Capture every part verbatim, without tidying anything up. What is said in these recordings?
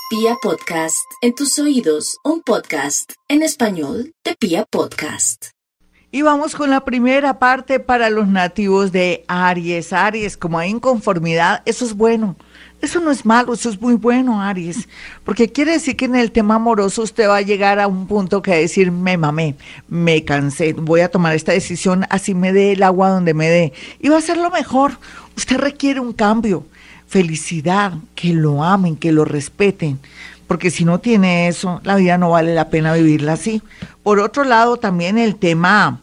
Pia Podcast, en tus oídos, un podcast en español de Pia Podcast. Y vamos con la primera parte para los nativos de Aries. Aries, como hay inconformidad, eso es bueno. Eso no es malo, eso es muy bueno, Aries. Porque quiere decir que en el tema amoroso usted va a llegar a un punto que va a decir, me mamé, me cansé, voy a tomar esta decisión, así me dé el agua donde me dé. Y va a ser lo mejor. Usted requiere un cambio. Felicidad, que lo amen, que lo respeten, porque si no tiene eso, la vida no vale la pena vivirla así. Por otro lado, también el tema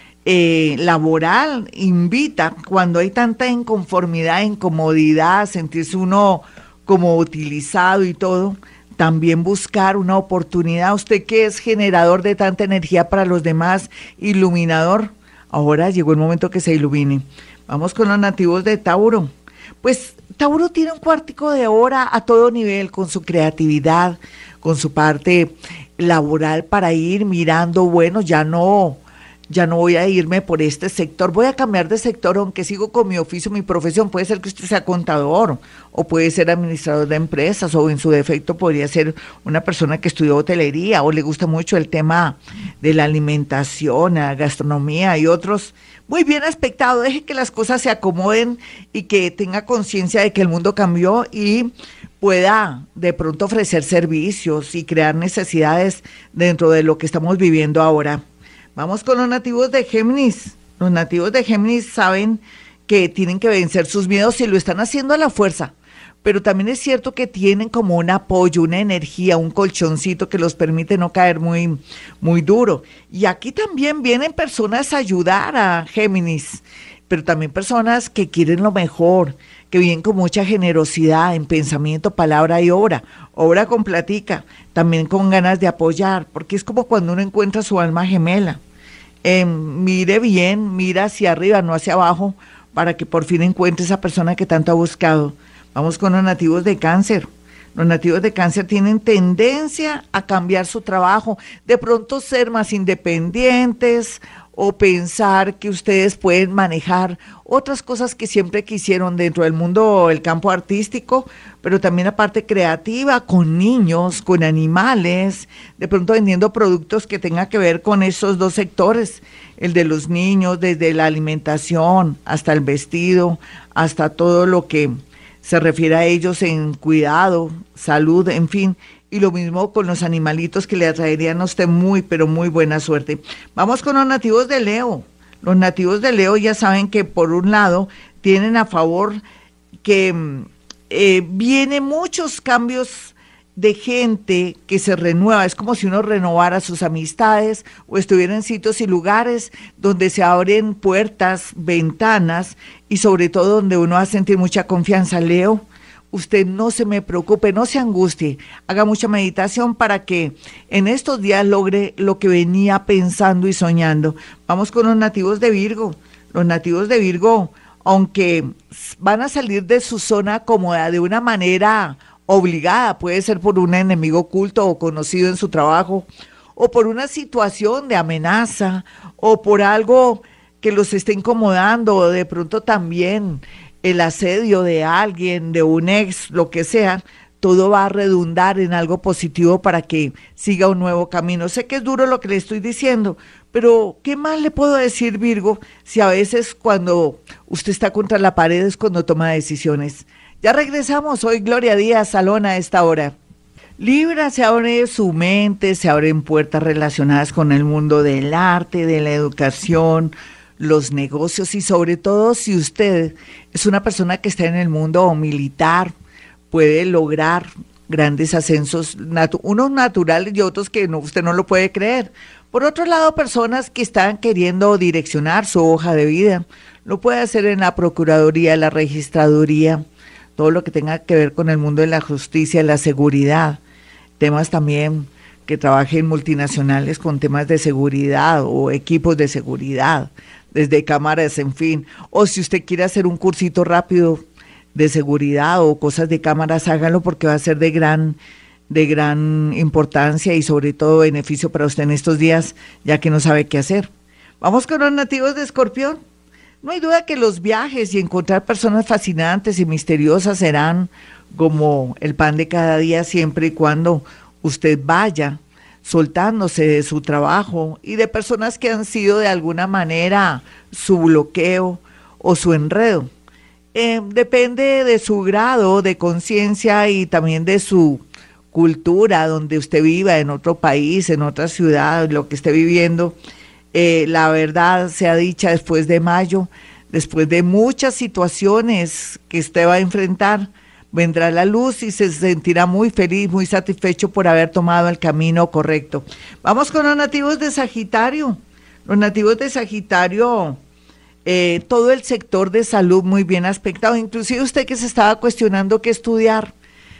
eh, laboral invita, cuando hay tanta inconformidad, incomodidad, sentirse uno como utilizado y todo, también buscar una oportunidad. Usted que es generador de tanta energía para los demás, iluminador, ahora llegó el momento que se ilumine. Vamos con los nativos de Tauro. Pues Tauro tiene un cuartico de hora a todo nivel, con su creatividad, con su parte laboral, para ir mirando, bueno, ya no, ya no voy a irme por este sector, voy a cambiar de sector, aunque sigo con mi oficio, mi profesión. Puede ser que usted sea contador, o puede ser administrador de empresas, o en su defecto podría ser una persona que estudió hotelería, o le gusta mucho el tema de la alimentación, la gastronomía y otros. Muy bien aspectado, deje que las cosas se acomoden y que tenga conciencia de que el mundo cambió y pueda de pronto ofrecer servicios y crear necesidades dentro de lo que estamos viviendo ahora. Vamos con los nativos de Géminis. Los nativos de Géminis saben que tienen que vencer sus miedos y lo están haciendo a la fuerza. Pero también es cierto que tienen como un apoyo, una energía, un colchoncito que los permite no caer muy, muy duro. Y aquí también vienen personas a ayudar a Géminis, pero también personas que quieren lo mejor, que vienen con mucha generosidad en pensamiento, palabra y obra, obra con platica, también con ganas de apoyar, porque es como cuando uno encuentra su alma gemela. Eh, mire bien, mira hacia arriba, no hacia abajo, para que por fin encuentre esa persona que tanto ha buscado. Vamos con los nativos de Cáncer. Los nativos de Cáncer tienen tendencia a cambiar su trabajo, de pronto ser más independientes o pensar que ustedes pueden manejar otras cosas que siempre quisieron dentro del mundo, el campo artístico, pero también la parte creativa, con niños, con animales, de pronto vendiendo productos que tengan que ver con esos dos sectores, el de los niños, desde la alimentación hasta el vestido, hasta todo lo que se refiere a ellos en cuidado, salud, en fin, y lo mismo con los animalitos que le atraerían a usted muy, pero muy buena suerte. Vamos con los nativos de Leo. Los nativos de Leo ya saben que por un lado tienen a favor que eh, vienen muchos cambios de gente que se renueva. Es como si uno renovara sus amistades o estuviera en sitios y lugares donde se abren puertas, ventanas y sobre todo donde uno va a sentir mucha confianza. Leo, usted no se me preocupe, no se angustie, haga mucha meditación para que en estos días logre lo que venía pensando y soñando. Vamos con los nativos de Virgo. Los nativos de Virgo, aunque van a salir de su zona cómoda de una manera obligada, puede ser por un enemigo oculto o conocido en su trabajo, o por una situación de amenaza, o por algo que los esté incomodando, o de pronto también el asedio de alguien, de un ex, lo que sea, todo va a redundar en algo positivo para que siga un nuevo camino. Sé que es duro lo que le estoy diciendo, pero ¿qué más le puedo decir, Virgo, si a veces cuando usted está contra la pared es cuando toma decisiones? Ya regresamos, hoy Gloria Díaz Salón a esta hora. Libra, se abre su mente, se abren puertas relacionadas con el mundo del arte, de la educación, los negocios y sobre todo si usted es una persona que está en el mundo militar, puede lograr grandes ascensos, natu- unos naturales y otros que no, usted no lo puede creer. Por otro lado, personas que están queriendo direccionar su hoja de vida, lo puede hacer en la Procuraduría, la Registraduría, todo lo que tenga que ver con el mundo de la justicia, la seguridad, temas también que trabajen multinacionales con temas de seguridad o equipos de seguridad, desde cámaras, en fin, o si usted quiere hacer un cursito rápido de seguridad o cosas de cámaras, hágalo porque va a ser de gran, de gran importancia y sobre todo beneficio para usted en estos días, ya que no sabe qué hacer. Vamos con los nativos de Escorpión. No hay duda que los viajes y encontrar personas fascinantes y misteriosas serán como el pan de cada día, siempre y cuando usted vaya soltándose de su trabajo y de personas que han sido de alguna manera su bloqueo o su enredo. Eh, depende de su grado de conciencia y también de su cultura, donde usted viva, en otro país, en otra ciudad, lo que esté viviendo. Eh, la verdad sea dicha, después de mayo, después de muchas situaciones que usted va a enfrentar, vendrá la luz y se sentirá muy feliz, muy satisfecho por haber tomado el camino correcto. Vamos con los nativos de Sagitario. Los nativos de Sagitario, eh, todo el sector de salud muy bien aspectado, inclusive usted que se estaba cuestionando qué estudiar.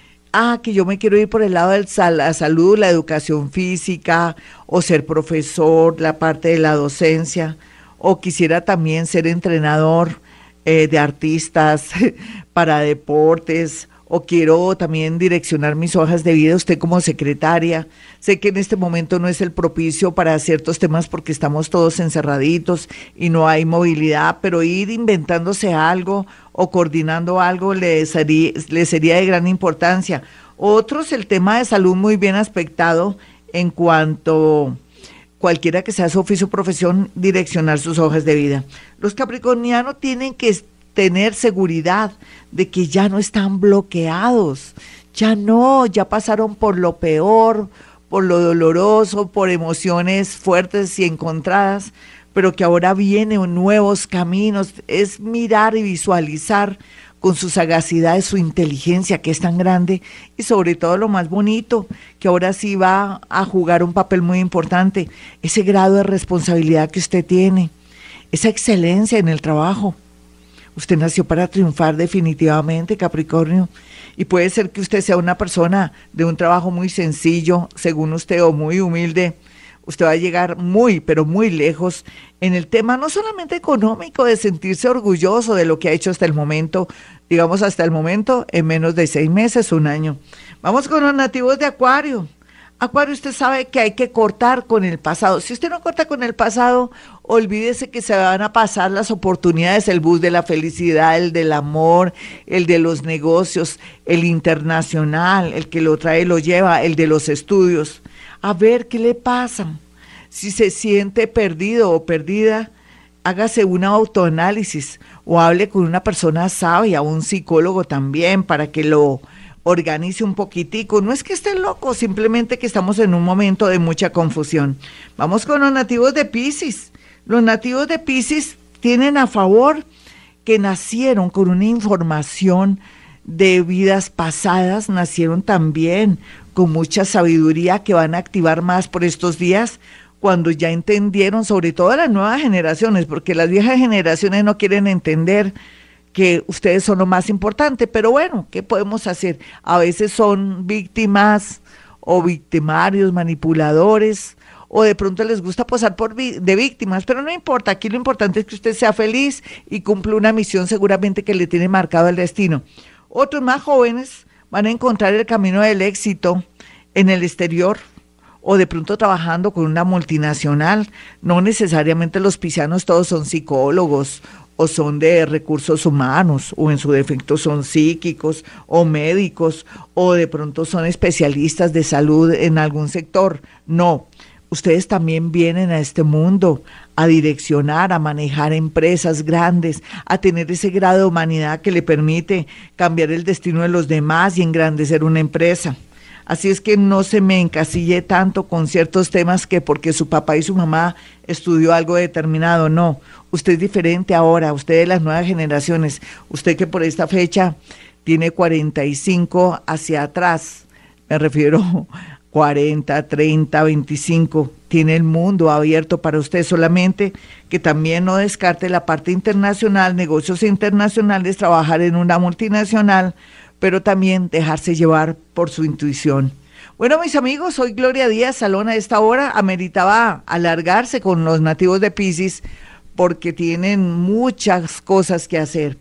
Ah, que yo me quiero ir por el lado de la salud, la educación física, o ser profesor, la parte de la docencia, o quisiera también ser entrenador eh, de artistas para deportes, o quiero también direccionar mis hojas de vida, usted como secretaria. Sé que en este momento no es el propicio para ciertos temas porque estamos todos encerraditos y no hay movilidad, pero ir inventándose algo o coordinando algo le sería, le sería de gran importancia. Otros, el tema de salud muy bien aspectado en cuanto cualquiera que sea su oficio o profesión, direccionar sus hojas de vida. Los capricornianos tienen que tener seguridad de que ya no están bloqueados, ya no, ya pasaron por lo peor, por lo doloroso, por emociones fuertes y encontradas, pero que ahora vienen nuevos caminos. Es mirar y visualizar con su sagacidad, su inteligencia que es tan grande, y sobre todo lo más bonito, que ahora sí va a jugar un papel muy importante, ese grado de responsabilidad que usted tiene, esa excelencia en el trabajo. Usted nació para triunfar definitivamente, Capricornio, y puede ser que usted sea una persona de un trabajo muy sencillo, según usted, o muy humilde. Usted va a llegar muy, pero muy lejos en el tema no solamente económico, de sentirse orgulloso de lo que ha hecho hasta el momento, digamos hasta el momento, en menos de seis meses, un año. Vamos con los nativos de Acuario. Acuario, usted sabe que hay que cortar con el pasado. Si usted no corta con el pasado, olvídese que se van a pasar las oportunidades, el bus de la felicidad, el del amor, el de los negocios, el internacional, el que lo trae lo lleva, el de los estudios. A ver qué le pasa. Si se siente perdido o perdida, hágase un autoanálisis o hable con una persona sabia, un psicólogo también, para que lo organice un poquitico. No es que esté loco, simplemente que estamos en un momento de mucha confusión. Vamos con los nativos de Piscis. Los nativos de Piscis tienen a favor que nacieron con una información de vidas pasadas, nacieron también con mucha sabiduría que van a activar más por estos días, cuando ya entendieron, sobre todo las nuevas generaciones, porque las viejas generaciones no quieren entender que ustedes son lo más importante, pero bueno, ¿qué podemos hacer? A veces son víctimas o victimarios, manipuladores, o de pronto les gusta posar por vi- de víctimas, pero no importa, aquí lo importante es que usted sea feliz y cumpla una misión seguramente que le tiene marcado el destino. Otros más jóvenes van a encontrar el camino del éxito en el exterior, o de pronto trabajando con una multinacional. No necesariamente los piscianos todos son psicólogos, o son de recursos humanos, o en su defecto son psíquicos, o médicos, o de pronto son especialistas de salud en algún sector. No, ustedes también vienen a este mundo a direccionar, a manejar empresas grandes, a tener ese grado de humanidad que le permite cambiar el destino de los demás y engrandecer una empresa. Así es que no se me encasille tanto con ciertos temas que porque su papá y su mamá estudió algo determinado. No, usted es diferente ahora, usted de las nuevas generaciones, usted que por esta fecha tiene cuarenta y cinco hacia atrás, me refiero cuarenta, treinta, veinticinco, tiene el mundo abierto para usted, solamente que también no descarte la parte internacional, negocios internacionales, trabajar en una multinacional, pero también dejarse llevar por su intuición. Bueno, mis amigos, soy Gloria Díaz Salón. A esta hora ameritaba alargarse con los nativos de Piscis porque tienen muchas cosas que hacer.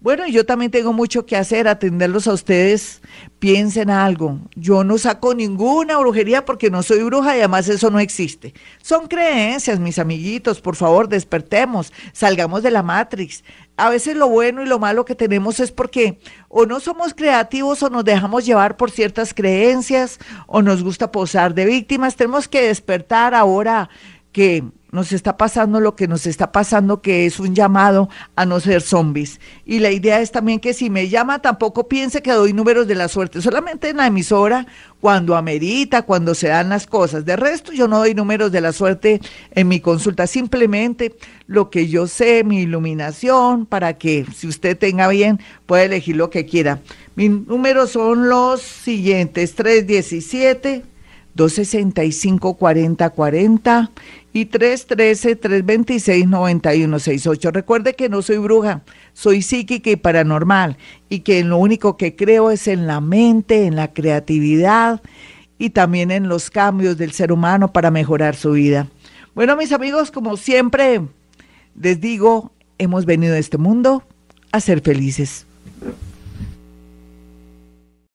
Bueno, yo también tengo mucho que hacer, atenderlos a ustedes. Piensen algo. Yo no saco ninguna brujería porque no soy bruja y además eso no existe. Son creencias, mis amiguitos. Por favor, despertemos, salgamos de la Matrix. A veces lo bueno y lo malo que tenemos es porque o no somos creativos o nos dejamos llevar por ciertas creencias o nos gusta posar de víctimas. Tenemos que despertar ahora que nos está pasando lo que nos está pasando, que es un llamado a no ser zombies. Y la idea es también que si me llama, tampoco piense que doy números de la suerte, solamente en la emisora, cuando amerita, cuando se dan las cosas. De resto, yo no doy números de la suerte en mi consulta, simplemente lo que yo sé, mi iluminación, para que si usted tenga bien, pueda elegir lo que quiera. Mis números son los siguientes: tres diecisiete, dos sesenta y cinco, cuarenta cuarenta y tres trece, tres veintiséis, noventa y uno sesenta y ocho. Recuerde que no soy bruja, soy psíquica y paranormal, y que lo único que creo es en la mente, en la creatividad y también en los cambios del ser humano para mejorar su vida. Bueno, mis amigos, como siempre les digo, hemos venido a este mundo a ser felices.